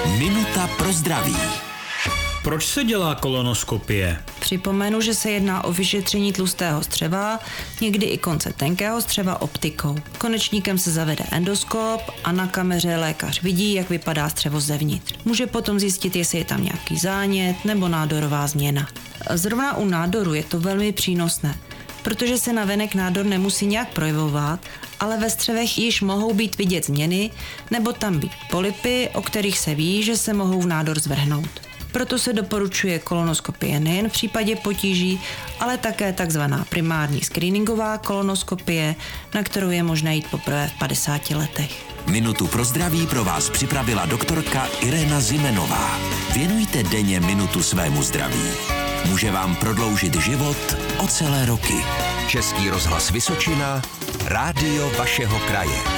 Minuta pro zdraví. Proč se dělá kolonoskopie? Připomenu, že se jedná o vyšetření tlustého střeva, někdy i konce tenkého střeva optikou. Konečníkem se zavede endoskop a na kameře lékař vidí, jak vypadá střevo zevnitř. Může potom zjistit, jestli je tam nějaký zánět nebo nádorová změna. Zrovna u nádoru je to velmi přínosné, protože se navenek nádor nemusí nějak projevovat, ale ve střevech již mohou být vidět změny nebo tam být polypy, o kterých se ví, že se mohou v nádor zvrhnout. Proto se doporučuje kolonoskopie nejen v případě potíží, ale také takzvaná primární screeningová kolonoskopie, na kterou je možné jít poprvé v 50 letech. Minutu pro zdraví pro vás připravila doktorka Irena Zimenová. Věnujte denně minutu svému zdraví. Může vám prodloužit život o celé roky. Český rozhlas Vysočina, rádio vašeho kraje.